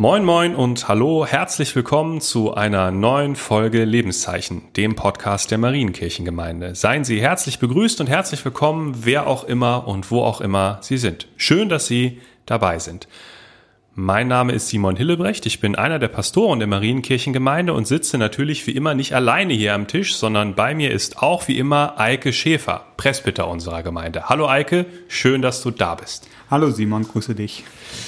Moin moin und hallo, herzlich willkommen zu einer neuen Folge Lebenszeichen, dem Podcast der Marienkirchengemeinde. Seien Sie herzlich begrüßt und herzlich willkommen, wer auch immer und wo auch immer Sie sind. Schön, dass Sie dabei sind. Mein Name ist Simon Hillebrecht, ich bin einer der Pastoren der Marienkirchengemeinde und sitze natürlich wie immer nicht alleine hier am Tisch, sondern bei mir ist auch wie immer Eike Schäfer, Presbyter unserer Gemeinde. Hallo Eike, schön, dass du da bist. Hallo Simon, grüße dich.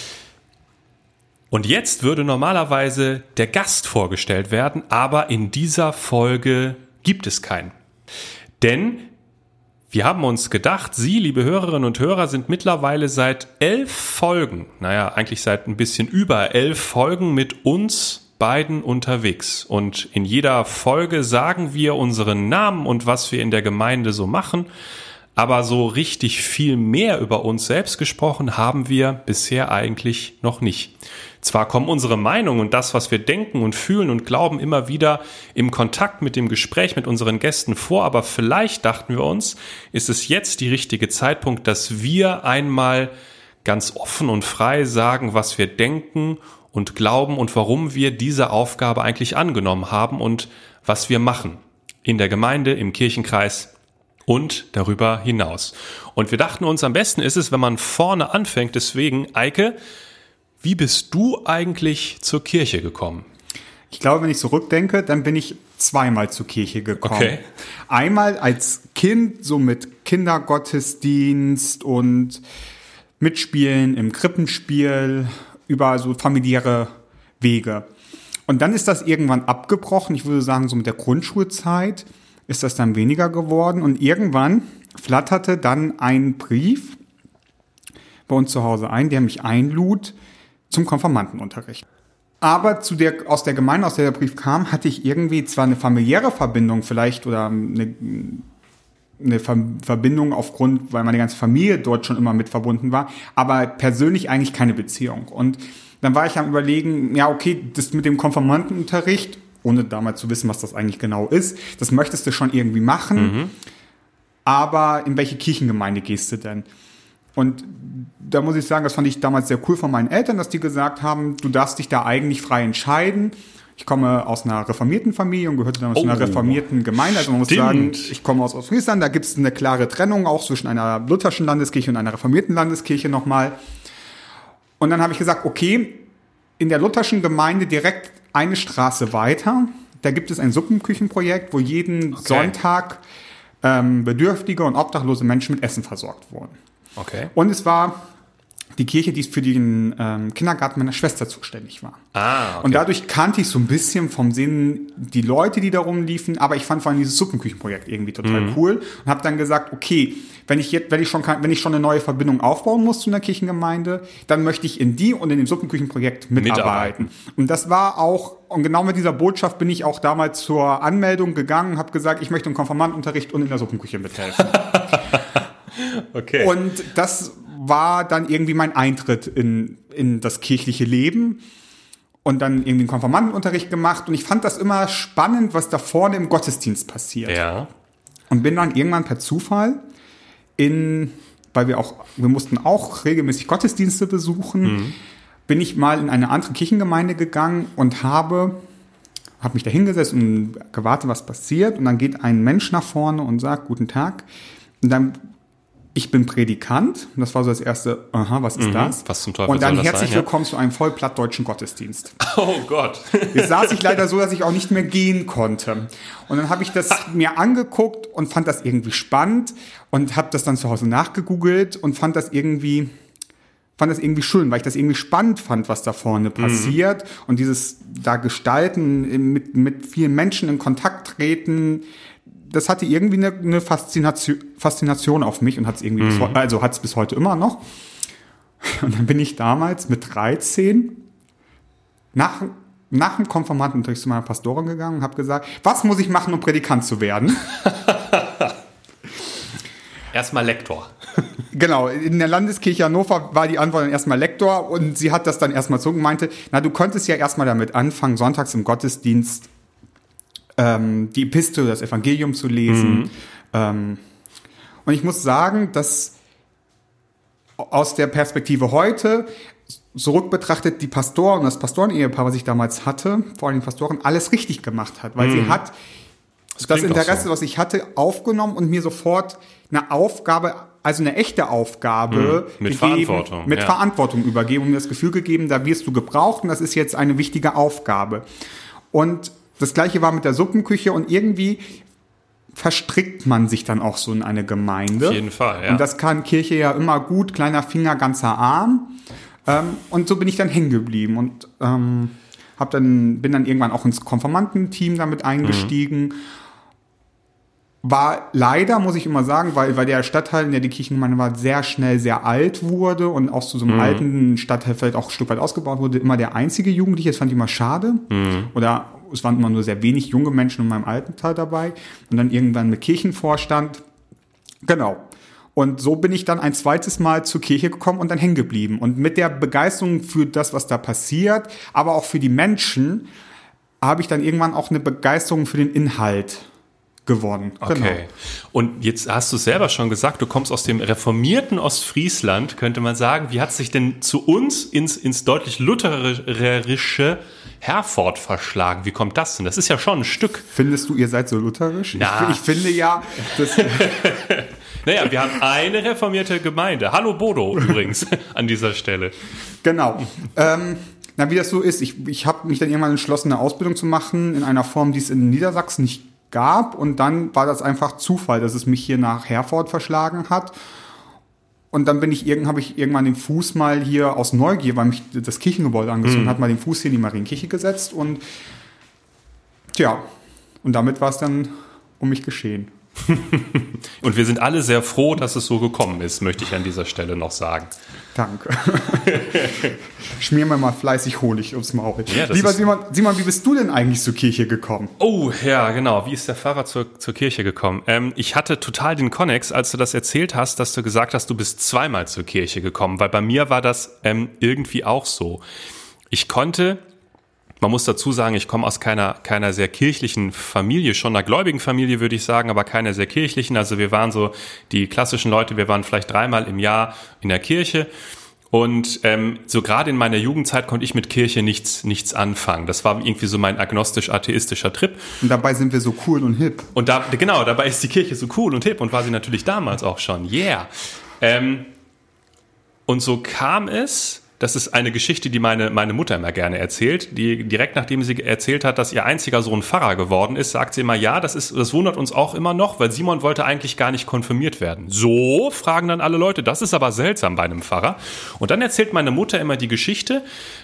Und jetzt würde normalerweise der Gast vorgestellt werden, aber in dieser Folge gibt es keinen. Denn wir haben uns gedacht, Sie, liebe Hörerinnen und Hörer, sind mittlerweile seit 11 Folgen, eigentlich seit ein bisschen über 11 Folgen mit uns beiden unterwegs. Und in jeder Folge sagen wir unseren Namen und was wir in der Gemeinde so machen. Aber so richtig viel mehr über uns selbst gesprochen haben wir bisher eigentlich noch nicht. Zwar kommen unsere Meinungen und das, was wir denken und fühlen und glauben, immer wieder im Kontakt mit dem Gespräch mit unseren Gästen vor, aber vielleicht dachten wir uns, ist es jetzt die richtige Zeitpunkt, dass wir einmal ganz offen und frei sagen, was wir denken und glauben und warum wir diese Aufgabe eigentlich angenommen haben und was wir machen. In der Gemeinde, im Kirchenkreis und darüber hinaus. Und wir dachten uns, am besten ist es, wenn man vorne anfängt. Deswegen, Eike, wie bist du eigentlich zur Kirche gekommen? Ich glaube, wenn ich zurückdenke, dann bin ich zweimal zur Kirche gekommen. Okay. Einmal als Kind, so mit Kindergottesdienst und Mitspielen im Krippenspiel über so familiäre Wege. Und dann ist das irgendwann abgebrochen. Ich würde sagen, so mit der Grundschulzeit ist das dann weniger geworden. Und irgendwann flatterte dann ein Brief bei uns zu Hause ein, der mich einlud zum Konfirmandenunterricht. Aber aus der Gemeinde, aus der der Brief kam, hatte ich irgendwie zwar eine familiäre Verbindung vielleicht oder eine Verbindung aufgrund, weil meine ganze Familie dort schon immer mit verbunden war, aber persönlich eigentlich keine Beziehung. Und dann war ich am Überlegen, ja okay, das mit dem Konfirmandenunterricht, ohne damals zu wissen, was das eigentlich genau ist, das möchtest du schon irgendwie machen, aber in welche Kirchengemeinde gehst du denn? Und da muss ich sagen, das fand ich damals sehr cool von meinen Eltern, dass die gesagt haben, du darfst dich da eigentlich frei entscheiden. Ich komme aus einer reformierten Familie und gehörte damals zu einer reformierten Gemeinde. Also man muss sagen, ich komme aus Ostfriesland, da gibt es eine klare Trennung auch zwischen einer lutherschen Landeskirche und einer reformierten Landeskirche nochmal. Und dann habe ich gesagt, okay, in der lutherschen Gemeinde direkt eine Straße weiter, da gibt es ein Suppenküchenprojekt, wo jeden Sonntag bedürftige und obdachlose Menschen mit Essen versorgt wurden. Okay. Und es war die Kirche, die für den Kindergarten meiner Schwester zuständig war. Okay. Und dadurch kannte ich so ein bisschen vom Sinn die Leute, die da rumliefen, aber ich fand vor allem dieses Suppenküchenprojekt irgendwie total cool und habe dann gesagt, okay, wenn ich schon eine neue Verbindung aufbauen muss zu einer Kirchengemeinde, dann möchte ich in die und in dem Suppenküchenprojekt mitarbeiten. Und das war auch, und genau mit dieser Botschaft bin ich auch damals zur Anmeldung gegangen, habe gesagt, ich möchte im Konfirmandenunterricht und in der Suppenküche mithelfen. Okay. Und das war dann irgendwie mein Eintritt in das kirchliche Leben und dann irgendwie einen Konfirmandenunterricht gemacht und ich fand das immer spannend, was da vorne im Gottesdienst passiert. Ja. Und bin dann irgendwann per Zufall weil wir mussten auch regelmäßig Gottesdienste besuchen, bin ich mal in eine andere Kirchengemeinde gegangen und habe mich da hingesetzt und gewartet, was passiert und dann geht ein Mensch nach vorne und sagt, guten Tag, und dann ich bin Predikant. Das war so das erste, was ist das? Was zum Teufel und dann soll das herzlich sein, willkommen zu einem voll plattdeutschen Gottesdienst. Oh Gott. Jetzt saß ich leider so, dass ich auch nicht mehr gehen konnte. Und dann habe ich das mir angeguckt und fand das irgendwie spannend und habe das dann zu Hause nachgegoogelt und fand das irgendwie schön, weil ich das irgendwie spannend fand, was da vorne passiert und dieses da Gestalten, mit vielen Menschen in Kontakt treten, das hatte irgendwie eine Faszination auf mich und hat es irgendwie hat es bis heute immer noch. Und dann bin ich damals mit 13 nach dem Konfirmandenunterricht zu meiner Pastorin gegangen und habe gesagt, was muss ich machen, um Predikant zu werden? Erstmal Lektor. Genau, in der Landeskirche Hannover war die Antwort dann erstmal Lektor und sie hat das dann erstmal so und meinte, du könntest ja erstmal damit anfangen, sonntags im Gottesdienst die Epistel, das Evangelium zu lesen. Und ich muss sagen, dass aus der Perspektive heute zurück betrachtet, die Pastoren und das Pastoren-Ehepaar, was ich damals hatte, vor allem die Pastoren, alles richtig gemacht hat, weil sie hat das Interesse, so, was ich hatte, aufgenommen und mir sofort eine Aufgabe, also eine echte Aufgabe mit Verantwortung übergeben und mir das Gefühl gegeben, da wirst du gebraucht und das ist jetzt eine wichtige Aufgabe. Und das Gleiche war mit der Suppenküche und irgendwie verstrickt man sich dann auch so in eine Gemeinde. Auf jeden Fall, ja. Und das kann Kirche ja immer gut, kleiner Finger, ganzer Arm. Und so bin ich dann hängen geblieben und bin dann irgendwann auch ins Konfirmandenteam damit eingestiegen. War leider, muss ich immer sagen, weil der Stadtteil, in der die Kirchengemeinde war, sehr schnell sehr alt wurde und auch zu so einem alten Stadtteil vielleicht auch ein Stück weit ausgebaut wurde, immer der einzige Jugendliche. Das fand ich immer schade. Oder es waren immer nur sehr wenig junge Menschen in meinem alten Teil dabei. Und dann irgendwann mit Kirchenvorstand. Genau. Und so bin ich dann ein zweites Mal zur Kirche gekommen und dann hängen geblieben. Und mit der Begeisterung für das, was da passiert, aber auch für die Menschen, habe ich dann irgendwann auch eine Begeisterung für den Inhalt gewonnen. Okay. Genau. Und jetzt hast du selber schon gesagt, du kommst aus dem reformierten Ostfriesland, könnte man sagen. Wie hat sich denn zu uns ins deutlich lutherische Herford verschlagen? Wie kommt das denn? Das ist ja schon ein Stück. Findest du, ihr seid so lutherisch? Ja. Ich finde ja, das... Naja, wir haben eine reformierte Gemeinde. Hallo Bodo übrigens an dieser Stelle. Genau. Wie das so ist, ich habe mich dann irgendwann entschlossen, eine Ausbildung zu machen in einer Form, die es in Niedersachsen nicht gab. Und dann war das einfach Zufall, dass es mich hier nach Herford verschlagen hat. Und dann habe ich irgendwann den Fuß mal hier aus Neugier, weil mich das Kirchengebäude angezogen hat, mal den Fuß hier in die Marienkirche gesetzt. Und und damit war es dann um mich geschehen. Und wir sind alle sehr froh, dass es so gekommen ist, möchte ich an dieser Stelle noch sagen. Danke. Schmier mir mal fleißig Honig ums Maul. Ja, Lieber Simon, wie bist du denn eigentlich zur Kirche gekommen? Oh, ja, genau. Wie ist der Pfarrer zur Kirche gekommen? Ich hatte total den Konnex, als du das erzählt hast, dass du gesagt hast, du bist zweimal zur Kirche gekommen, weil bei mir war das irgendwie auch so. Man muss dazu sagen, ich komme aus keiner sehr kirchlichen Familie, schon einer gläubigen Familie, würde ich sagen, aber keiner sehr kirchlichen. Also wir waren so die klassischen Leute, wir waren vielleicht 3-mal im Jahr in der Kirche. Und so gerade in meiner Jugendzeit konnte ich mit Kirche nichts anfangen. Das war irgendwie so mein agnostisch-atheistischer Trip. Und dabei sind wir so cool und hip. Und dabei ist die Kirche so cool und hip und war sie natürlich damals auch schon. Yeah. Und so kam es. Das ist eine Geschichte, die meine Mutter immer gerne erzählt. Die direkt nachdem sie erzählt hat, dass ihr einziger Sohn Pfarrer geworden ist, sagt sie immer, ja, das wundert uns auch immer noch, weil Simon wollte eigentlich gar nicht konfirmiert werden. So, fragen dann alle Leute, das ist aber seltsam bei einem Pfarrer. Und dann erzählt meine Mutter immer die Geschichte,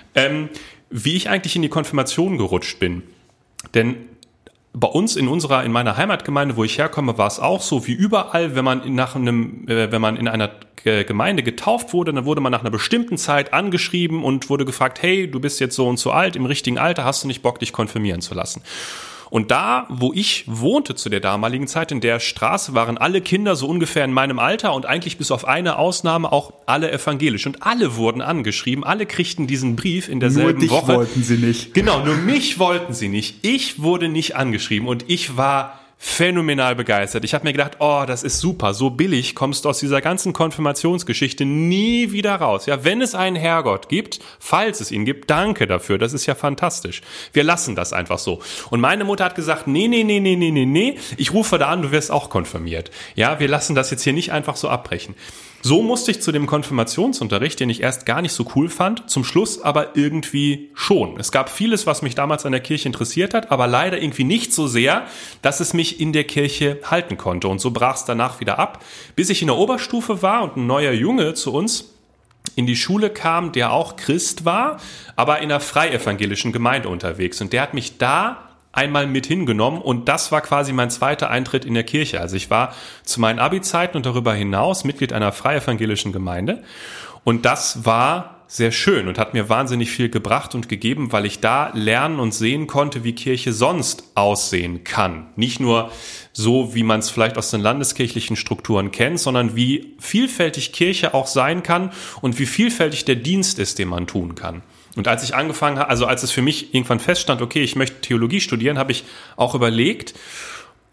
wie ich eigentlich in die Konfirmation gerutscht bin. Denn bei uns in meiner Heimatgemeinde, wo ich herkomme, war es auch so wie überall, wenn man in einer Gemeinde getauft wurde, dann wurde man nach einer bestimmten Zeit angeschrieben und wurde gefragt, hey, du bist jetzt so und so alt, im richtigen Alter, hast du nicht Bock, dich konfirmieren zu lassen? Und da, wo ich wohnte zu der damaligen Zeit, in der Straße, waren alle Kinder so ungefähr in meinem Alter und eigentlich bis auf eine Ausnahme auch alle evangelisch. Und alle wurden angeschrieben, alle kriegten diesen Brief in derselben Woche. Nur dich wollten sie nicht. Genau, nur mich wollten sie nicht. Ich wurde nicht angeschrieben und ich war phänomenal begeistert. Ich habe mir gedacht, oh, das ist super, so billig kommst du aus dieser ganzen Konfirmationsgeschichte nie wieder raus. Ja, wenn es einen Herrgott gibt, falls es ihn gibt, danke dafür, das ist ja fantastisch. Wir lassen das einfach so. Und meine Mutter hat gesagt, nee, ich rufe da an, du wirst auch konfirmiert. Ja, wir lassen das jetzt hier nicht einfach so abbrechen. So musste ich zu dem Konfirmationsunterricht, den ich erst gar nicht so cool fand, zum Schluss aber irgendwie schon. Es gab vieles, was mich damals an der Kirche interessiert hat, aber leider irgendwie nicht so sehr, dass es mich in der Kirche halten konnte. Und so brach es danach wieder ab, bis ich in der Oberstufe war und ein neuer Junge zu uns in die Schule kam, der auch Christ war, aber in einer freievangelischen Gemeinde unterwegs. Und der hat mich da einmal mit hingenommen und das war quasi mein zweiter Eintritt in der Kirche. Also ich war zu meinen Abi-Zeiten und darüber hinaus Mitglied einer freievangelischen Gemeinde und das war sehr schön und hat mir wahnsinnig viel gebracht und gegeben, weil ich da lernen und sehen konnte, wie Kirche sonst aussehen kann. Nicht nur so, wie man es vielleicht aus den landeskirchlichen Strukturen kennt, sondern wie vielfältig Kirche auch sein kann und wie vielfältig der Dienst ist, den man tun kann. Und als ich angefangen habe, also als es für mich irgendwann feststand, okay, ich möchte Theologie studieren, habe ich auch überlegt,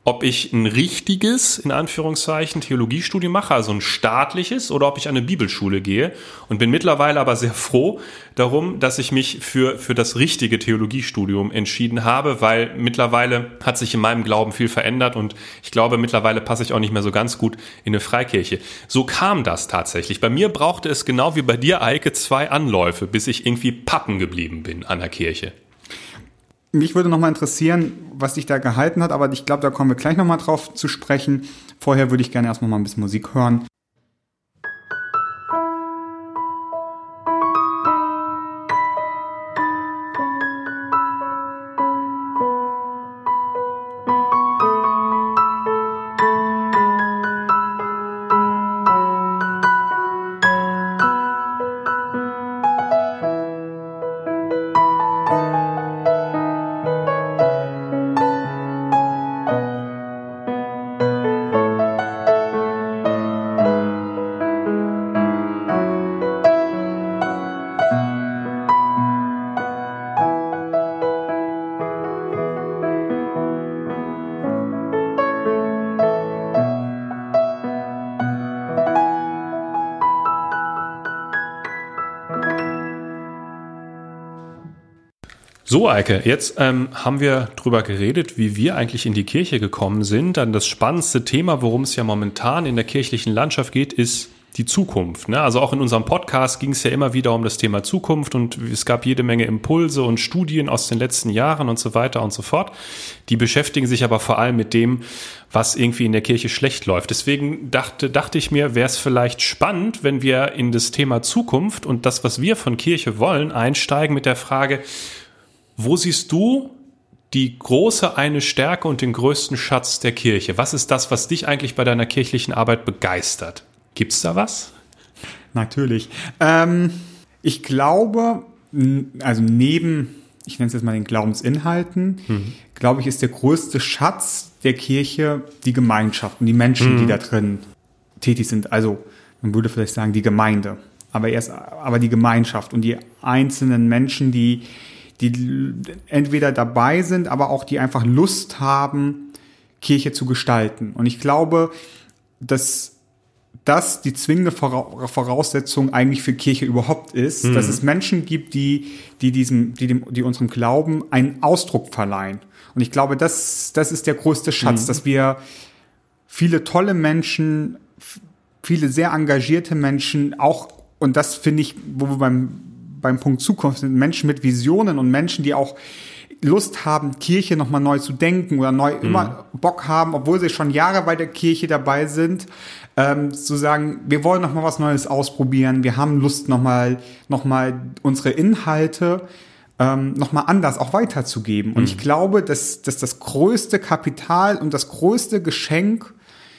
ob ich ein richtiges, in Anführungszeichen, Theologiestudium mache, also ein staatliches, oder ob ich an eine Bibelschule gehe, und bin mittlerweile aber sehr froh darum, dass ich mich für das richtige Theologiestudium entschieden habe, weil mittlerweile hat sich in meinem Glauben viel verändert und ich glaube, mittlerweile passe ich auch nicht mehr so ganz gut in eine Freikirche. So kam das tatsächlich. Bei mir brauchte es genau wie bei dir, Eike, 2 Anläufe, bis ich irgendwie pappen geblieben bin an der Kirche. Mich würde nochmal interessieren, was dich da gehalten hat, aber ich glaube, da kommen wir gleich nochmal drauf zu sprechen. Vorher würde ich gerne erstmal mal ein bisschen Musik hören. So, Eike, jetzt haben wir drüber geredet, wie wir eigentlich in die Kirche gekommen sind. Dann das spannendste Thema, worum es ja momentan in der kirchlichen Landschaft geht, ist die Zukunft. Ne? Also auch in unserem Podcast ging es ja immer wieder um das Thema Zukunft und es gab jede Menge Impulse und Studien aus den letzten Jahren und so weiter und so fort. Die beschäftigen sich aber vor allem mit dem, was irgendwie in der Kirche schlecht läuft. Deswegen dachte ich mir, wäre es vielleicht spannend, wenn wir in das Thema Zukunft und das, was wir von Kirche wollen, einsteigen mit der Frage, wo siehst du die große eine Stärke und den größten Schatz der Kirche? Was ist das, was dich eigentlich bei deiner kirchlichen Arbeit begeistert? Gibt's da was? Natürlich. Ich glaube, also neben, ich nenne es jetzt mal den Glaubensinhalten, glaube ich, ist der größte Schatz der Kirche die Gemeinschaft und die Menschen, die da drin tätig sind. Also man würde vielleicht sagen die Gemeinde, aber die Gemeinschaft und die einzelnen Menschen, die entweder dabei sind, aber auch die einfach Lust haben, Kirche zu gestalten. Und ich glaube, dass das die zwingende Voraussetzung eigentlich für Kirche überhaupt ist, dass es Menschen gibt, die unserem Glauben einen Ausdruck verleihen. Und ich glaube, das ist der größte Schatz, dass wir viele tolle Menschen, viele sehr engagierte Menschen auch, und das finde ich, wo wir beim Punkt Zukunft sind, Menschen mit Visionen und Menschen, die auch Lust haben, Kirche nochmal neu zu denken oder neu immer Bock haben, obwohl sie schon Jahre bei der Kirche dabei sind, zu sagen, wir wollen nochmal was Neues ausprobieren, wir haben Lust nochmal unsere Inhalte nochmal anders auch weiterzugeben. Und ich glaube, dass das größte Kapital und das größte Geschenk,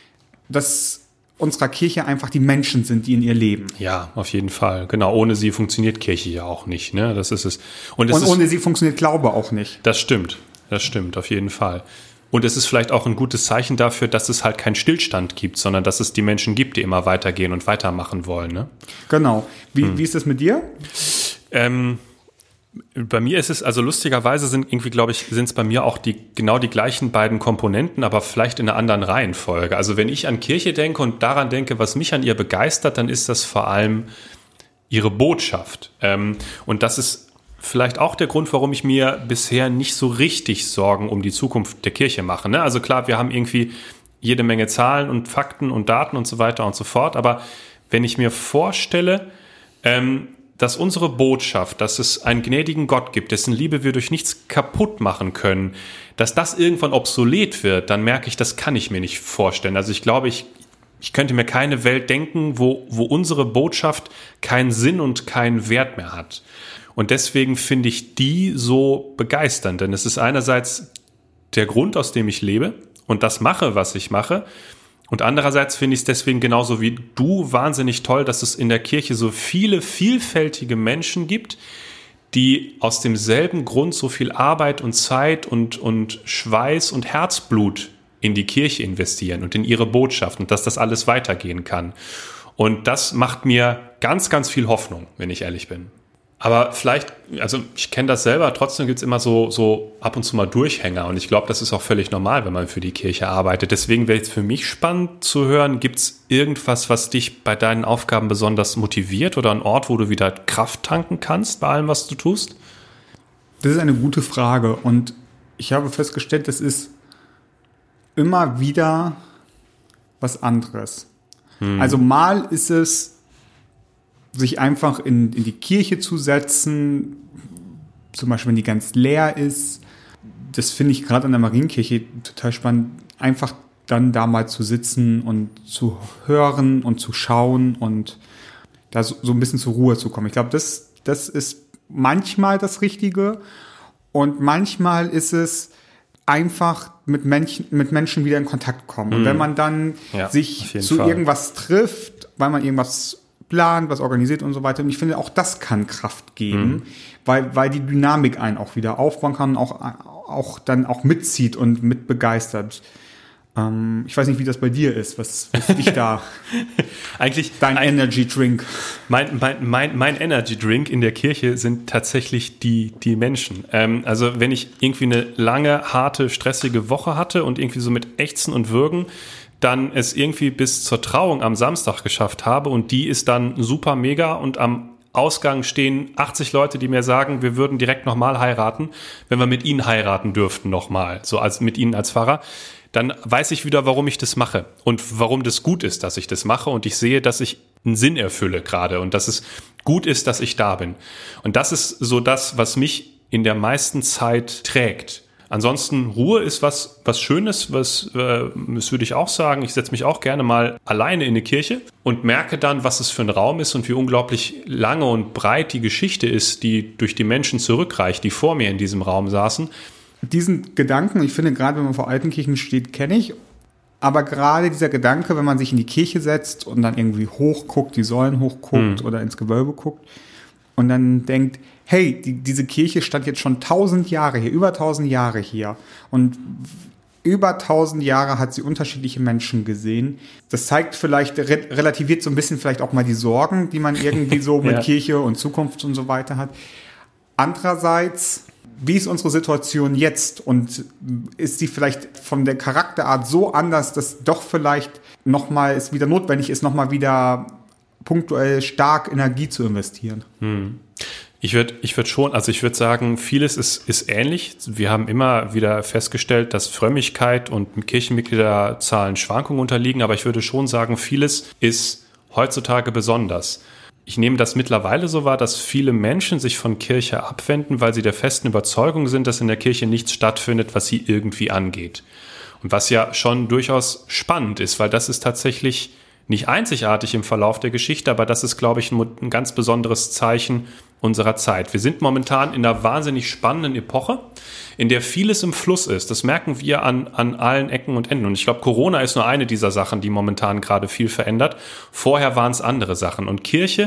das unserer Kirche einfach die Menschen sind, die in ihr leben. Ja, auf jeden Fall. Genau, ohne sie funktioniert Kirche ja auch nicht. Ne? Das ist es. Und ohne sie funktioniert Glaube auch nicht. Das stimmt, auf jeden Fall. Und es ist vielleicht auch ein gutes Zeichen dafür, dass es halt keinen Stillstand gibt, sondern dass es die Menschen gibt, die immer weitergehen und weitermachen wollen. Ne? Genau. Wie ist das mit dir? Bei mir ist es, also lustigerweise sind es bei mir auch genau die gleichen beiden Komponenten, aber vielleicht in einer anderen Reihenfolge. Also wenn ich an Kirche denke und daran denke, was mich an ihr begeistert, dann ist das vor allem ihre Botschaft. Und das ist vielleicht auch der Grund, warum ich mir bisher nicht so richtig Sorgen um die Zukunft der Kirche mache. Ne? Also klar, wir haben irgendwie jede Menge Zahlen und Fakten und Daten und so weiter und so fort, aber wenn ich mir vorstelle, dass unsere Botschaft, dass es einen gnädigen Gott gibt, dessen Liebe wir durch nichts kaputt machen können, dass das irgendwann obsolet wird, dann merke ich, das kann ich mir nicht vorstellen. Also ich glaube, ich könnte mir keine Welt denken, wo unsere Botschaft keinen Sinn und keinen Wert mehr hat. Und deswegen finde ich die so begeisternd, denn es ist einerseits der Grund, aus dem ich lebe und das mache, was ich mache. Und andererseits finde ich es deswegen genauso wie du wahnsinnig toll, dass es in der Kirche so viele vielfältige Menschen gibt, die aus demselben Grund so viel Arbeit und Zeit und Schweiß und Herzblut in die Kirche investieren und in ihre Botschaft und dass das alles weitergehen kann. Und das macht mir ganz, ganz viel Hoffnung, wenn ich ehrlich bin. Aber vielleicht, also ich kenne das selber, trotzdem gibt es immer so ab und zu mal Durchhänger. Und ich glaube, das ist auch völlig normal, wenn man für die Kirche arbeitet. Deswegen wäre es für mich spannend zu hören, gibt es irgendwas, was dich bei deinen Aufgaben besonders motiviert oder ein Ort, wo du wieder Kraft tanken kannst bei allem, was du tust? Das ist eine gute Frage. Und ich habe festgestellt, das ist immer wieder was anderes. Also mal ist es, sich einfach in die Kirche zu setzen, zum Beispiel, wenn die ganz leer ist. Das finde ich gerade an der Marienkirche total spannend, einfach dann da mal zu sitzen und zu hören und zu schauen und da so ein bisschen zur Ruhe zu kommen. Ich glaube, das ist manchmal das Richtige und manchmal ist es einfach mit Menschen wieder in Kontakt kommen. Und wenn man dann sich zu irgendwas trifft, weil man irgendwas plant, was organisiert und so weiter. Und ich finde, auch das kann Kraft geben, weil die Dynamik einen auch wieder aufbauen kann, auch dann auch mitzieht und mit begeistert. Ich weiß nicht, wie das bei dir ist. Was dich da eigentlich dein Energy Drink? Mein Energy Drink in der Kirche sind tatsächlich die Menschen. Also wenn ich irgendwie eine lange, harte, stressige Woche hatte und irgendwie so mit Ächzen und Würgen dann es irgendwie bis zur Trauung am Samstag geschafft habe und die ist dann super mega und am Ausgang stehen 80 Leute, die mir sagen, wir würden direkt nochmal heiraten, wenn wir mit ihnen heiraten dürften nochmal, so als mit ihnen als Pfarrer, dann weiß ich wieder, warum ich das mache und warum das gut ist, dass ich das mache und ich sehe, dass ich einen Sinn erfülle gerade und dass es gut ist, dass ich da bin. Und das ist so das, was mich in der meisten Zeit trägt. Ansonsten Ruhe ist was Schönes, das würde ich auch sagen. Ich setze mich auch gerne mal alleine in eine Kirche und merke dann, was es für ein Raum ist und wie unglaublich lange und breit die Geschichte ist, die durch die Menschen zurückreicht, die vor mir in diesem Raum saßen. Diesen Gedanken, ich finde, gerade wenn man vor alten Kirchen steht, kenne ich. Aber gerade dieser Gedanke, wenn man sich in die Kirche setzt und dann irgendwie hochguckt, die Säulen hochguckt oder ins Gewölbe guckt und dann denkt, hey, diese Kirche stand jetzt schon 1000 Jahre hier, über 1000 Jahre hier. Und über 1000 Jahre hat sie unterschiedliche Menschen gesehen. Das zeigt vielleicht, relativiert so ein bisschen vielleicht auch mal die Sorgen, die man irgendwie so mit Kirche und Zukunft und so weiter hat. Andererseits, wie ist unsere Situation jetzt? Und ist sie vielleicht von der Charakterart so anders, dass doch vielleicht nochmal es wieder notwendig ist, nochmal wieder punktuell stark Energie zu investieren? Ich würde sagen, vieles ist ähnlich. Wir haben immer wieder festgestellt, dass Frömmigkeit und Kirchenmitgliederzahlen Schwankungen unterliegen, aber ich würde schon sagen, vieles ist heutzutage besonders. Ich nehme das mittlerweile so wahr, dass viele Menschen sich von Kirche abwenden, weil sie der festen Überzeugung sind, dass in der Kirche nichts stattfindet, was sie irgendwie angeht. Und was ja schon durchaus spannend ist, weil das ist tatsächlich nicht einzigartig im Verlauf der Geschichte, aber das ist, glaube ich, ein ganz besonderes Zeichen unserer Zeit. Wir sind momentan in einer wahnsinnig spannenden Epoche, in der vieles im Fluss ist. Das merken wir an allen Ecken und Enden. Und ich glaube, Corona ist nur eine dieser Sachen, die momentan gerade viel verändert. Vorher waren es andere Sachen. Und Kirche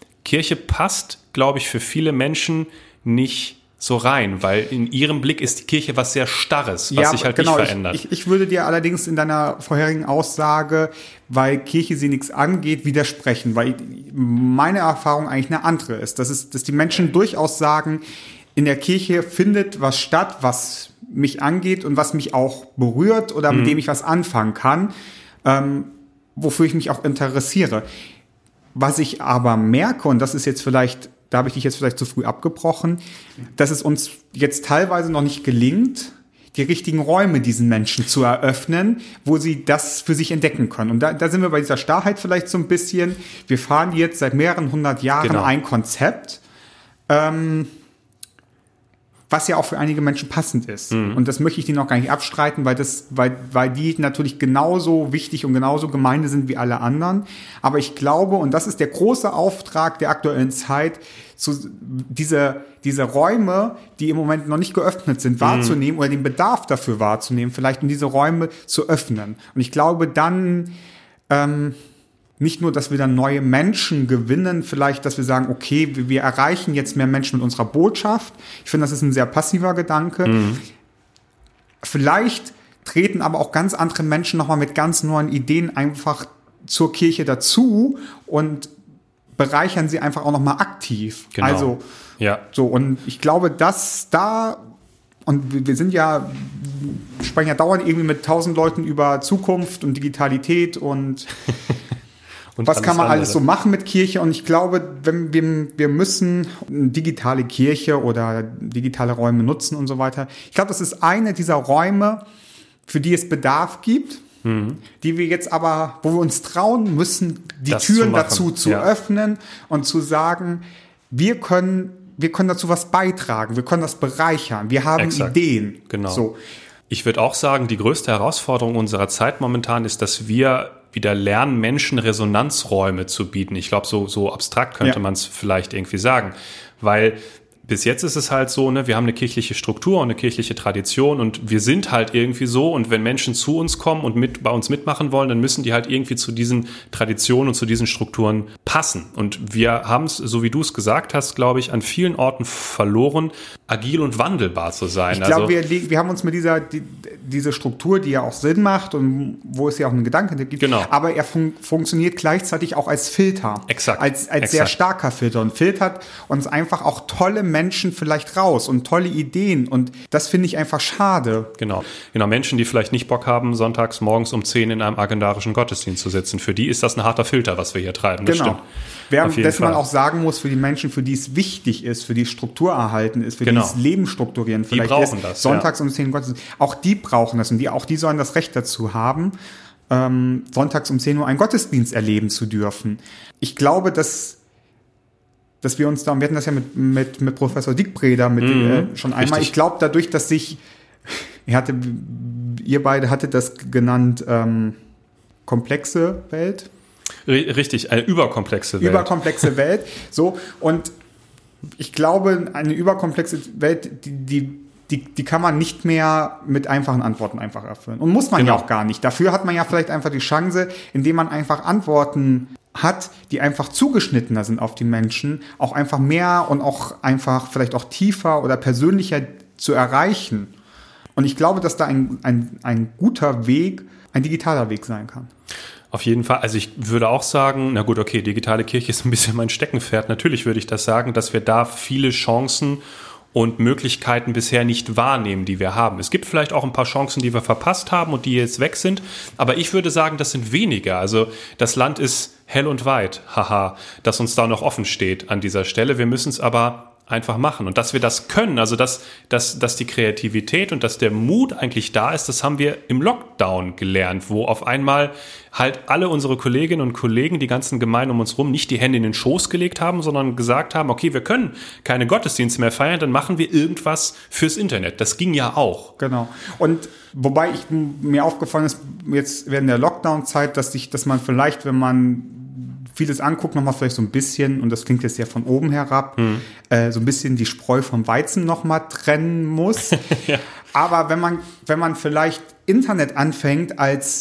passt, glaube ich, für viele Menschen nicht so rein, weil in ihrem Blick ist die Kirche was sehr Starres, was sich halt nicht verändert. Ich würde dir allerdings in deiner vorherigen Aussage, weil Kirche sie nichts angeht, widersprechen, weil meine Erfahrung eigentlich eine andere ist. Dass die Menschen durchaus sagen, in der Kirche findet was statt, was mich angeht und was mich auch berührt oder mit dem ich was anfangen kann, wofür ich mich auch interessiere. Was ich aber merke, und das ist jetzt vielleicht, da habe ich dich jetzt vielleicht zu früh abgebrochen, dass es uns jetzt teilweise noch nicht gelingt, die richtigen Räume diesen Menschen zu eröffnen, wo sie das für sich entdecken können. Und da sind wir bei dieser Starrheit vielleicht so ein bisschen. Wir fahren jetzt seit mehreren 100 Jahren ein Konzept, was ja auch für einige Menschen passend ist. Und das möchte ich denen auch gar nicht abstreiten, weil die natürlich genauso wichtig und genauso Gemeinde sind wie alle anderen. Aber ich glaube, und das ist der große Auftrag der aktuellen Zeit, diese Räume, die im Moment noch nicht geöffnet sind, wahrzunehmen oder den Bedarf dafür wahrzunehmen, vielleicht um diese Räume zu öffnen. Und ich glaube dann, nicht nur, dass wir dann neue Menschen gewinnen, vielleicht, dass wir sagen, okay, wir erreichen jetzt mehr Menschen mit unserer Botschaft. Ich finde, das ist ein sehr passiver Gedanke. Vielleicht treten aber auch ganz andere Menschen nochmal mit ganz neuen Ideen einfach zur Kirche dazu und bereichern sie einfach auch nochmal aktiv. Genau. Also, so, und ich glaube, dass da, und wir sind ja, sprechen ja dauernd irgendwie mit 1000 Leuten über Zukunft und Digitalität und was kann man alles so machen mit Kirche? Und ich glaube, wir müssen digitale Kirche oder digitale Räume nutzen und so weiter. Ich glaube, das ist eine dieser Räume, für die es Bedarf gibt, die wir jetzt aber, wo wir uns trauen müssen, die Türen dazu zu öffnen und zu sagen, wir können dazu was beitragen, wir können das bereichern, wir haben Ideen. Genau. So. Ich würde auch sagen, die größte Herausforderung unserer Zeit momentan ist, dass wir wieder lernen, Menschen Resonanzräume zu bieten. Ich glaube, so abstrakt könnte man es vielleicht irgendwie sagen, weil bis jetzt ist es halt so, ne, wir haben eine kirchliche Struktur und eine kirchliche Tradition und wir sind halt irgendwie so, und wenn Menschen zu uns kommen und bei uns mitmachen wollen, dann müssen die halt irgendwie zu diesen Traditionen und zu diesen Strukturen passen. Und wir haben es, so wie du es gesagt hast, glaube ich, an vielen Orten verloren, agil und wandelbar zu sein. Ich glaube, wir haben uns mit diese Struktur, die ja auch Sinn macht und wo es ja auch einen Gedanken gibt, aber er funktioniert gleichzeitig auch als Filter. Exakt. Als sehr starker Filter und filtert uns einfach auch tolle Menschen vielleicht raus und tolle Ideen, und das finde ich einfach schade. Genau, Menschen, die vielleicht nicht Bock haben, sonntags morgens um 10 in einem agendarischen Gottesdienst zu sitzen. Für die ist das ein harter Filter, was wir hier treiben. Das stimmt. Währenddessen man auch sagen muss, für die Menschen, für die es wichtig ist, für die Struktur erhalten ist, für die das Leben strukturieren, vielleicht die brauchen das, sonntags um 10 Gottesdienst, auch die brauchen das, und die sollen das Recht dazu haben, sonntags um 10 Uhr einen Gottesdienst erleben zu dürfen. Ich glaube, dass wir uns da, wir hatten das ja mit Professor Dickbreder schon einmal, richtig. Ich glaube dadurch, dass ihr beide hattet das genannt, komplexe Welt. Richtig, eine überkomplexe Welt. Überkomplexe Welt, so, und ich glaube, eine überkomplexe Welt, die kann man nicht mehr mit einfachen Antworten einfach erfüllen. Und muss man ja auch gar nicht. Dafür hat man ja vielleicht einfach die Chance, indem man einfach Antworten hat, die einfach zugeschnittener sind auf die Menschen, auch einfach mehr und auch einfach vielleicht auch tiefer oder persönlicher zu erreichen. Und ich glaube, dass da ein guter Weg, ein digitaler Weg sein kann. Auf jeden Fall. Also ich würde auch sagen, na gut, okay, digitale Kirche ist ein bisschen mein Steckenpferd. Natürlich würde ich das sagen, dass wir da viele Chancen und Möglichkeiten bisher nicht wahrnehmen, die wir haben. Es gibt vielleicht auch ein paar Chancen, die wir verpasst haben und die jetzt weg sind, aber ich würde sagen, das sind weniger. Also das Land ist hell und weit, dass uns da noch offen steht an dieser Stelle. Wir müssen es aber einfach machen. Und dass wir das können, also dass die Kreativität und dass der Mut eigentlich da ist, das haben wir im Lockdown gelernt, wo auf einmal halt alle unsere Kolleginnen und Kollegen, die ganzen Gemeinden um uns rum, nicht die Hände in den Schoß gelegt haben, sondern gesagt haben, okay, wir können keine Gottesdienste mehr feiern, dann machen wir irgendwas fürs Internet. Das ging ja auch. Genau. Und wobei mir aufgefallen ist, jetzt während der Lockdown-Zeit, dass man vielleicht, wenn man vieles anguckt, nochmal vielleicht so ein bisschen, und das klingt jetzt ja von oben herab, so ein bisschen die Spreu vom Weizen nochmal trennen muss. Ja. Aber wenn man vielleicht Internet anfängt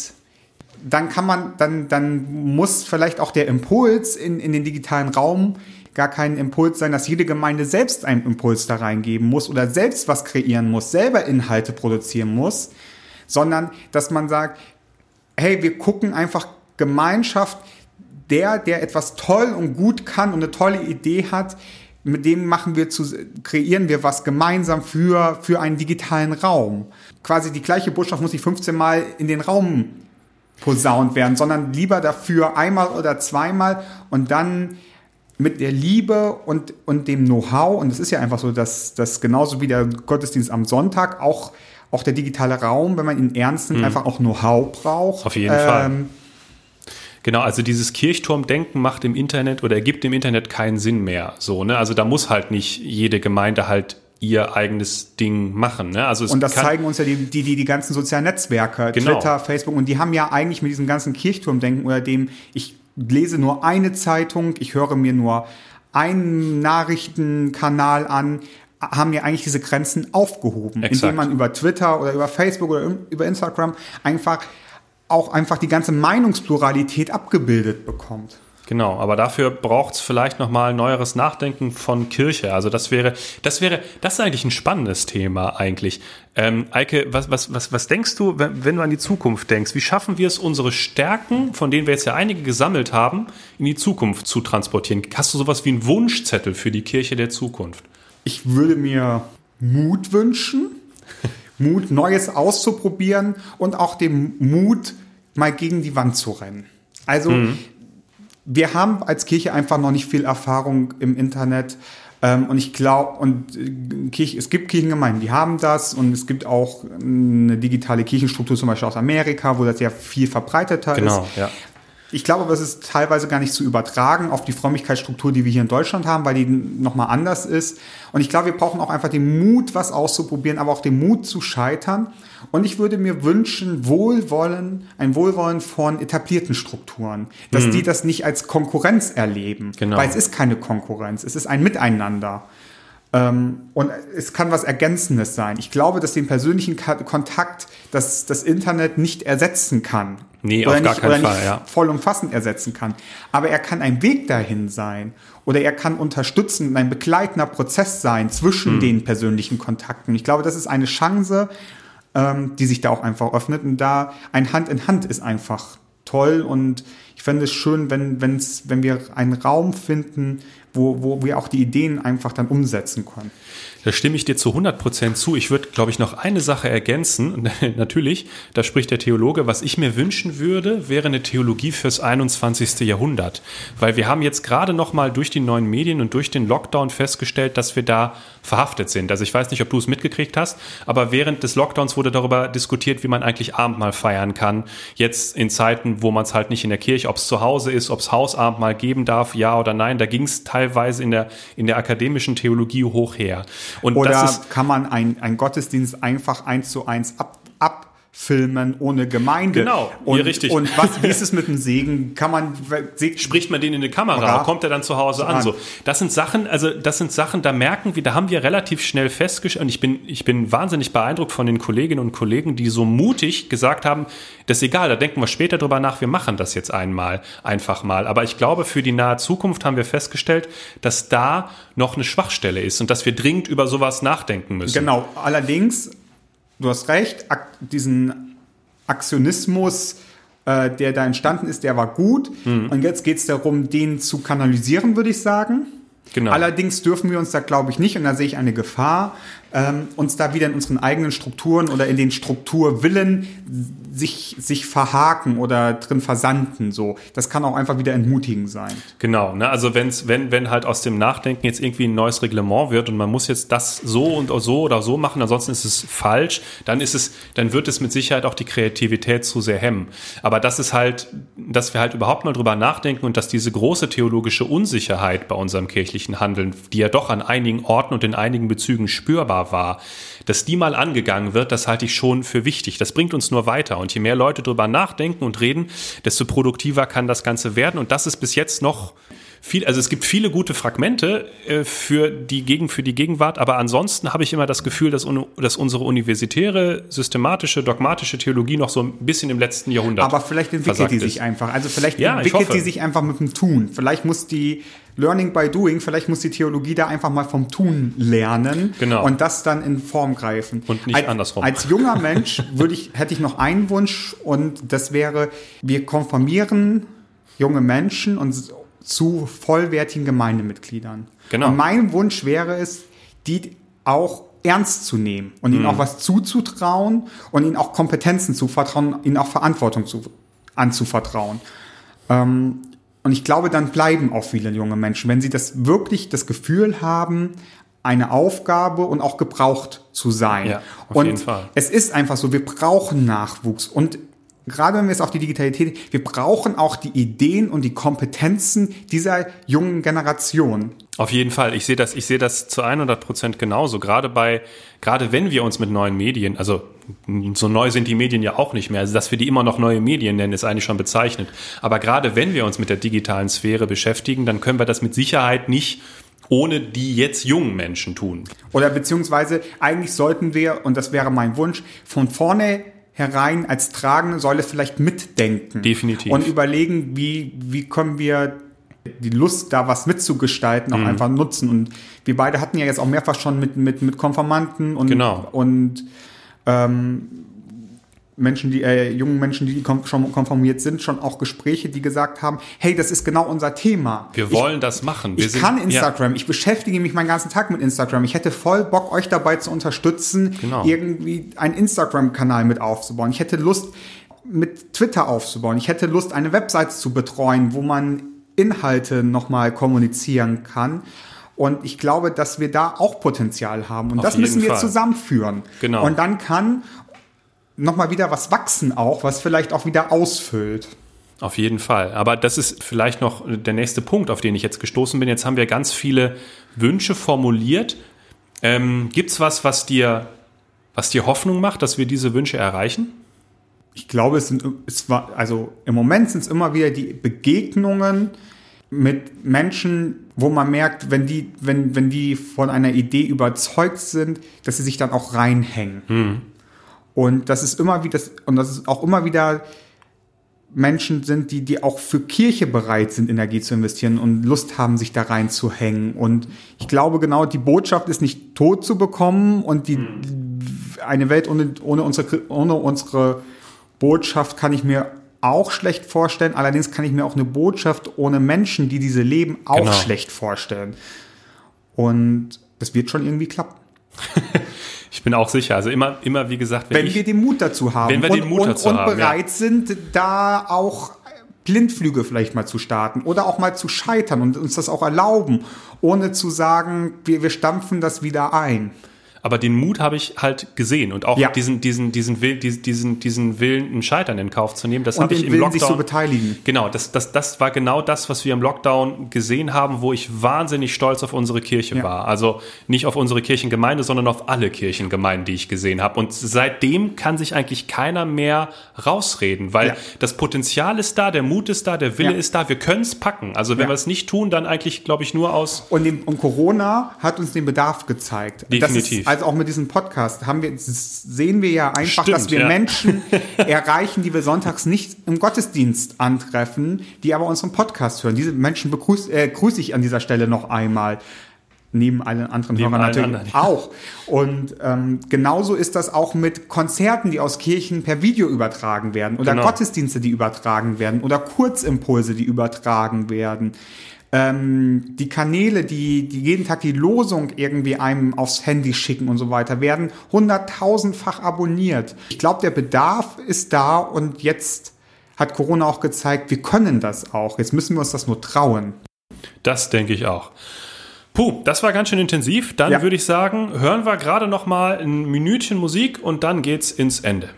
dann muss vielleicht auch der Impuls in den digitalen Raum gar kein Impuls sein, dass jede Gemeinde selbst einen Impuls da reingeben muss oder selbst was kreieren muss, selber Inhalte produzieren muss, sondern dass man sagt, hey, wir gucken einfach Gemeinschaft, der etwas toll und gut kann und eine tolle Idee hat, mit dem kreieren wir was gemeinsam für einen digitalen Raum. Quasi die gleiche Botschaft muss nicht 15 Mal in den Raum posaunt werden, sondern lieber dafür einmal oder zweimal und dann mit der Liebe und dem Know-how, und es ist ja einfach so, dass das genauso wie der Gottesdienst am Sonntag auch der digitale Raum, wenn man ihn ernst nimmt, einfach auch Know-how braucht. Auf jeden Fall. Genau, also dieses Kirchturmdenken macht im Internet oder ergibt im Internet keinen Sinn mehr. So, ne? Also da muss halt nicht jede Gemeinde halt ihr eigenes Ding machen. Ne? Also und das zeigen uns ja die ganzen sozialen Netzwerke, genau. Twitter, Facebook, und die haben ja eigentlich mit diesem ganzen Kirchturmdenken oder dem, ich lese nur eine Zeitung, ich höre mir nur einen Nachrichtenkanal an, haben ja eigentlich diese Grenzen aufgehoben, indem man über Twitter oder über Facebook oder über Instagram einfach die ganze Meinungspluralität abgebildet bekommt. Genau, aber dafür braucht es vielleicht nochmal neueres Nachdenken von Kirche. Also das ist eigentlich ein spannendes Thema eigentlich. Eike, was denkst du, wenn du an die Zukunft denkst? Wie schaffen wir es, unsere Stärken, von denen wir jetzt ja einige gesammelt haben, in die Zukunft zu transportieren? Hast du sowas wie einen Wunschzettel für die Kirche der Zukunft? Ich würde mir Mut wünschen, Mut, Neues auszuprobieren und auch den Mut, mal gegen die Wand zu rennen. Also wir haben als Kirche einfach noch nicht viel Erfahrung im Internet. Und ich glaube, es gibt Kirchengemeinden, die haben das, und es gibt auch eine digitale Kirchenstruktur, zum Beispiel aus Amerika, wo das ja viel verbreiteter ist. Genau, ja. Ich glaube aber, es ist teilweise gar nicht zu übertragen auf die Frömmigkeitsstruktur, die wir hier in Deutschland haben, weil die nochmal anders ist. Und ich glaube, wir brauchen auch einfach den Mut, was auszuprobieren, aber auch den Mut zu scheitern. Und ich würde mir wünschen, ein Wohlwollen von etablierten Strukturen, dass die das nicht als Konkurrenz erleben. Genau. Weil es ist keine Konkurrenz, es ist ein Miteinander. Und es kann was Ergänzendes sein. Ich glaube, dass den persönlichen Kontakt das Internet nicht ersetzen kann. Nee, auf gar keinen Fall, ja. Vollumfassend ersetzen kann. Aber er kann ein Weg dahin sein. Oder er kann unterstützen, ein begleitender Prozess sein zwischen den persönlichen Kontakten. Ich glaube, das ist eine Chance, die sich da auch einfach öffnet. Und da ein Hand in Hand ist einfach toll. Und ich fände es schön, wenn wir einen Raum finden, wo wir auch die Ideen einfach dann umsetzen können. Da stimme ich dir zu 100% zu. Ich würde, glaube ich, noch eine Sache ergänzen. Natürlich, da spricht der Theologe. Was ich mir wünschen würde, wäre eine Theologie fürs 21. Jahrhundert. Weil wir haben jetzt gerade noch mal durch die neuen Medien und durch den Lockdown festgestellt, dass wir da verhaftet sind. Also ich weiß nicht, ob du es mitgekriegt hast, aber während des Lockdowns wurde darüber diskutiert, wie man eigentlich Abendmahl feiern kann. Jetzt in Zeiten, wo man es halt nicht in der Kirche, ob es zu Hause ist, ob es Hausabendmahl geben darf, ja oder nein. Da ging es teilweise in der akademischen Theologie hoch her. Und oder kann man einen Gottesdienst einfach 1:1 abfilmen ohne Gemeinde? Genau, und, richtig. Und wie ist es mit dem Segen? Spricht man den in die Kamera? Kommt er dann zu Hause an? So, das sind Sachen, da merken wir, da haben wir relativ schnell festgestellt, und ich bin wahnsinnig beeindruckt von den Kolleginnen und Kollegen, die so mutig gesagt haben, das ist egal, da denken wir später drüber nach, wir machen das jetzt einfach mal. Aber ich glaube, für die nahe Zukunft haben wir festgestellt, dass da noch eine Schwachstelle ist und dass wir dringend über sowas nachdenken müssen. Genau, allerdings, du hast recht, diesen Aktionismus, der da entstanden ist, der war gut. Und jetzt geht es darum, den zu kanalisieren, würde ich sagen. Genau. Allerdings dürfen wir uns da, glaube ich, nicht, und da sehe ich eine Gefahr, uns da wieder in unseren eigenen Strukturen oder in den Strukturwillen sich verhaken oder drin versanden. So, das kann auch einfach wieder entmutigend sein. Genau, ne? Also wenn halt aus dem Nachdenken jetzt irgendwie ein neues Reglement wird und man muss jetzt das so und so oder so machen, ansonsten ist es falsch, dann wird es mit Sicherheit auch die Kreativität zu sehr hemmen. Aber das ist halt, dass wir halt überhaupt mal drüber nachdenken und dass diese große theologische Unsicherheit bei unserem kirchlichen Handeln, die ja doch an einigen Orten und in einigen Bezügen spürbar war, dass die mal angegangen wird, das halte ich schon für wichtig. Das bringt uns nur weiter. Und je mehr Leute drüber nachdenken und reden, desto produktiver kann das Ganze werden. Und das ist bis jetzt noch viel, also es gibt viele gute Fragmente für die Gegenwart, aber ansonsten habe ich immer das Gefühl, dass unsere universitäre, systematische, dogmatische Theologie noch so ein bisschen im letzten Jahrhundert aber vielleicht entwickelt die sich einfach. Also vielleicht entwickelt die sich einfach mit dem Tun. Vielleicht muss die Learning by Doing, vielleicht muss die Theologie da einfach mal vom Tun lernen, genau, und das dann in Form greifen. Und nicht andersrum. Als junger Mensch hätte ich noch einen Wunsch, und das wäre, wir konformieren junge Menschen und zu vollwertigen Gemeindemitgliedern. Genau. Und mein Wunsch wäre es, die auch ernst zu nehmen und ihnen auch was zuzutrauen und ihnen auch Kompetenzen zuvertrauen, ihnen auch Verantwortung anzuvertrauen. Und ich glaube, dann bleiben auch viele junge Menschen, wenn sie wirklich das Gefühl haben, eine Aufgabe und auch gebraucht zu sein. Ja, auf jeden Fall. Es ist einfach so, wir brauchen Nachwuchs, und gerade wenn wir es auf die Digitalität, wir brauchen auch die Ideen und die Kompetenzen dieser jungen Generation. Auf jeden Fall. Ich sehe das zu 100% genauso. Gerade wenn wir uns mit neuen Medien, also so neu sind die Medien ja auch nicht mehr. Also dass wir die immer noch neue Medien nennen, ist eigentlich schon bezeichnet. Aber gerade wenn wir uns mit der digitalen Sphäre beschäftigen, dann können wir das mit Sicherheit nicht ohne die jetzt jungen Menschen tun. Oder beziehungsweise eigentlich sollten wir, und das wäre mein Wunsch, von vorne herein als tragende Säule vielleicht mitdenken. Definitiv. Und überlegen, wie können wir die Lust, da was mitzugestalten, auch einfach nutzen. Und wir beide hatten ja jetzt auch mehrfach schon mit Konformanten und, Genau. und Menschen, jungen Menschen, die schon konformiert sind, schon auch Gespräche, die gesagt haben, hey, das ist genau unser Thema. Wir wollen das machen. Ich kann Instagram, ich beschäftige mich meinen ganzen Tag mit Instagram. Ich hätte voll Bock, euch dabei zu unterstützen, irgendwie einen Instagram-Kanal mit aufzubauen. Ich hätte Lust, mit Twitter aufzubauen. Ich hätte Lust, eine Website zu betreuen, wo man Inhalte nochmal kommunizieren kann. Und ich glaube, dass wir da auch Potenzial haben. Und das müssen wir zusammenführen. Genau. Und dann kann nochmal wieder was wachsen auch, was vielleicht auch wieder ausfüllt. Auf jeden Fall. Aber das ist vielleicht noch der nächste Punkt, auf den ich jetzt gestoßen bin. Jetzt haben wir ganz viele Wünsche formuliert. Gibt's was dir Hoffnung macht, dass wir diese Wünsche erreichen? Ich glaube, im Moment sind es immer wieder die Begegnungen mit Menschen, wo man merkt, wenn die von einer Idee überzeugt sind, dass sie sich dann auch reinhängen. Und das ist auch immer wieder Menschen sind, die auch für Kirche bereit sind, Energie zu investieren und Lust haben, sich da reinzuhängen. Und ich glaube genau, die Botschaft ist nicht tot zu bekommen und eine Welt ohne unsere Botschaft kann ich mir auch schlecht vorstellen. Allerdings kann ich mir auch eine Botschaft ohne Menschen, die diese leben, auch schlecht vorstellen. Und das wird schon irgendwie klappen. Ich bin auch sicher. Also immer wie gesagt, wenn wir den Mut dazu haben. Und bereit sind, da auch Blindflüge vielleicht mal zu starten oder auch mal zu scheitern und uns das auch erlauben, ohne zu sagen, wir stampfen das wieder ein. Aber den Mut habe ich halt gesehen und auch diesen Willen, ein Scheitern in Kauf zu nehmen. Das habe ich im Lockdown. Sich zu beteiligen. Genau, das war genau das, was wir im Lockdown gesehen haben, wo ich wahnsinnig stolz auf unsere Kirche war. Also nicht auf unsere Kirchengemeinde, sondern auf alle Kirchengemeinden, die ich gesehen habe. Und seitdem kann sich eigentlich keiner mehr rausreden, weil das Potenzial ist da, der Mut ist da, der Wille ist da. Wir können es packen. Also wenn wir es nicht tun, dann eigentlich, glaube ich, nur aus. Und Corona hat uns den Bedarf gezeigt. Definitiv. Also auch mit diesem Podcast sehen wir ja einfach, dass wir Menschen erreichen, die wir sonntags nicht im Gottesdienst antreffen, die aber unseren Podcast hören. Diese Menschen grüße ich an dieser Stelle noch einmal. Neben allen anderen Hörern natürlich auch. Und genauso ist das auch mit Konzerten, die aus Kirchen per Video übertragen werden oder Gottesdienste, die übertragen werden oder Kurzimpulse, die übertragen werden. Die Kanäle, die jeden Tag die Losung irgendwie einem aufs Handy schicken und so weiter, werden 100.000-fach abonniert. Ich glaube, der Bedarf ist da und jetzt hat Corona auch gezeigt, wir können das auch. Jetzt müssen wir uns das nur trauen. Das denke ich auch. Puh, das war ganz schön intensiv. Dann würde ich sagen, hören wir gerade noch mal ein Minütchen Musik und dann geht's ins Ende.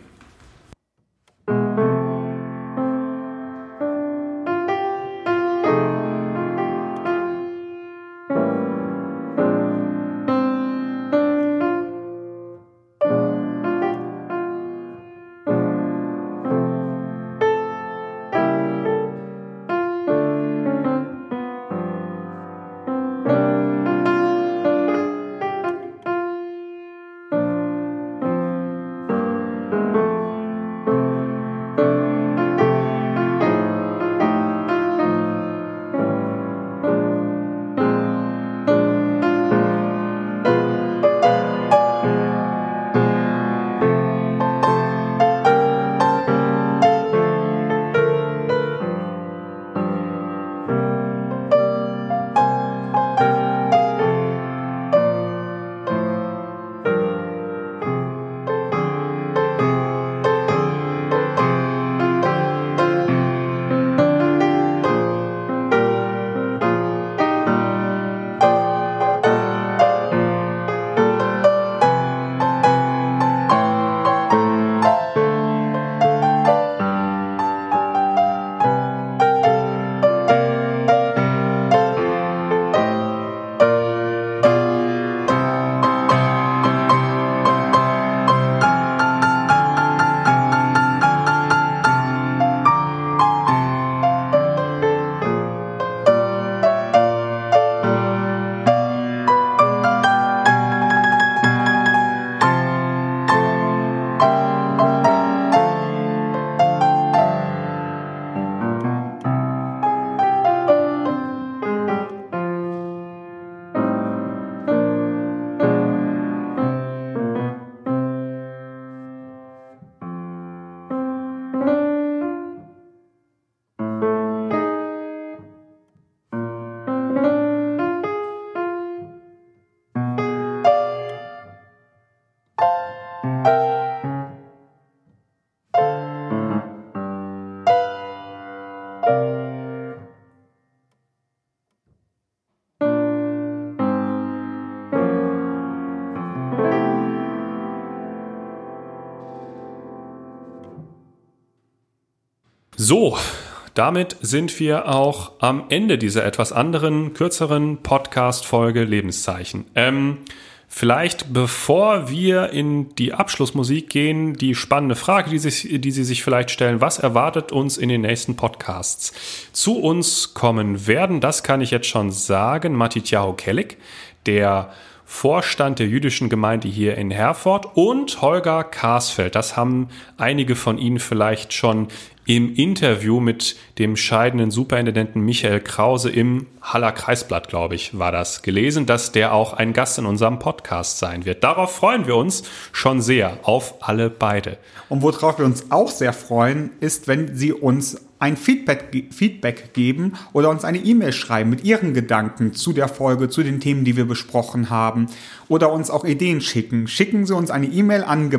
So, damit sind wir auch am Ende dieser etwas anderen, kürzeren Podcast-Folge Lebenszeichen. Vielleicht, bevor wir in die Abschlussmusik gehen, die spannende Frage, die Sie sich vielleicht stellen: Was erwartet uns in den nächsten Podcasts? Zu uns kommen werden, das kann ich jetzt schon sagen, Matityahu Kellik, der Vorstand der jüdischen Gemeinde hier in Herford, und Holger Karsfeld. Das haben einige von Ihnen vielleicht schon im Interview mit dem scheidenden Superintendenten Michael Krause im Haller Kreisblatt, glaube ich, war das, gelesen, dass der auch ein Gast in unserem Podcast sein wird. Darauf freuen wir uns schon sehr, auf alle beide. Und worauf wir uns auch sehr freuen, ist, wenn Sie uns ein Feedback geben oder uns eine E-Mail schreiben mit Ihren Gedanken zu der Folge, zu den Themen, die wir besprochen haben, oder uns auch Ideen schicken. Schicken Sie uns eine E-Mail an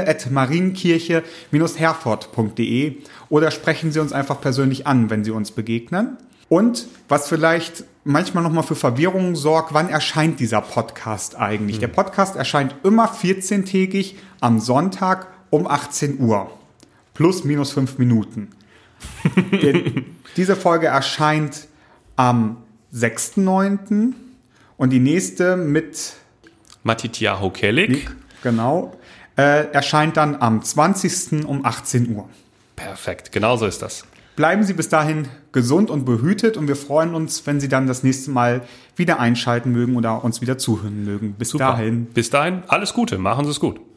gemeinde@marienkirche-herford.de oder sprechen Sie uns einfach persönlich an, wenn Sie uns begegnen. Und was vielleicht manchmal nochmal für Verwirrung sorgt: Wann erscheint dieser Podcast eigentlich? Der Podcast erscheint immer 14-tägig am Sonntag um 18 Uhr. Plus minus 5 Minuten. Diese Folge erscheint am 6.9. und die nächste mit Matityahu Kellik, genau, erscheint dann am 20. um 18 Uhr. Perfekt, genau so ist das. Bleiben Sie bis dahin gesund und behütet, und wir freuen uns, wenn Sie dann das nächste Mal wieder einschalten mögen oder uns wieder zuhören mögen. Bis dahin. Bis dahin, alles Gute, machen Sie es gut.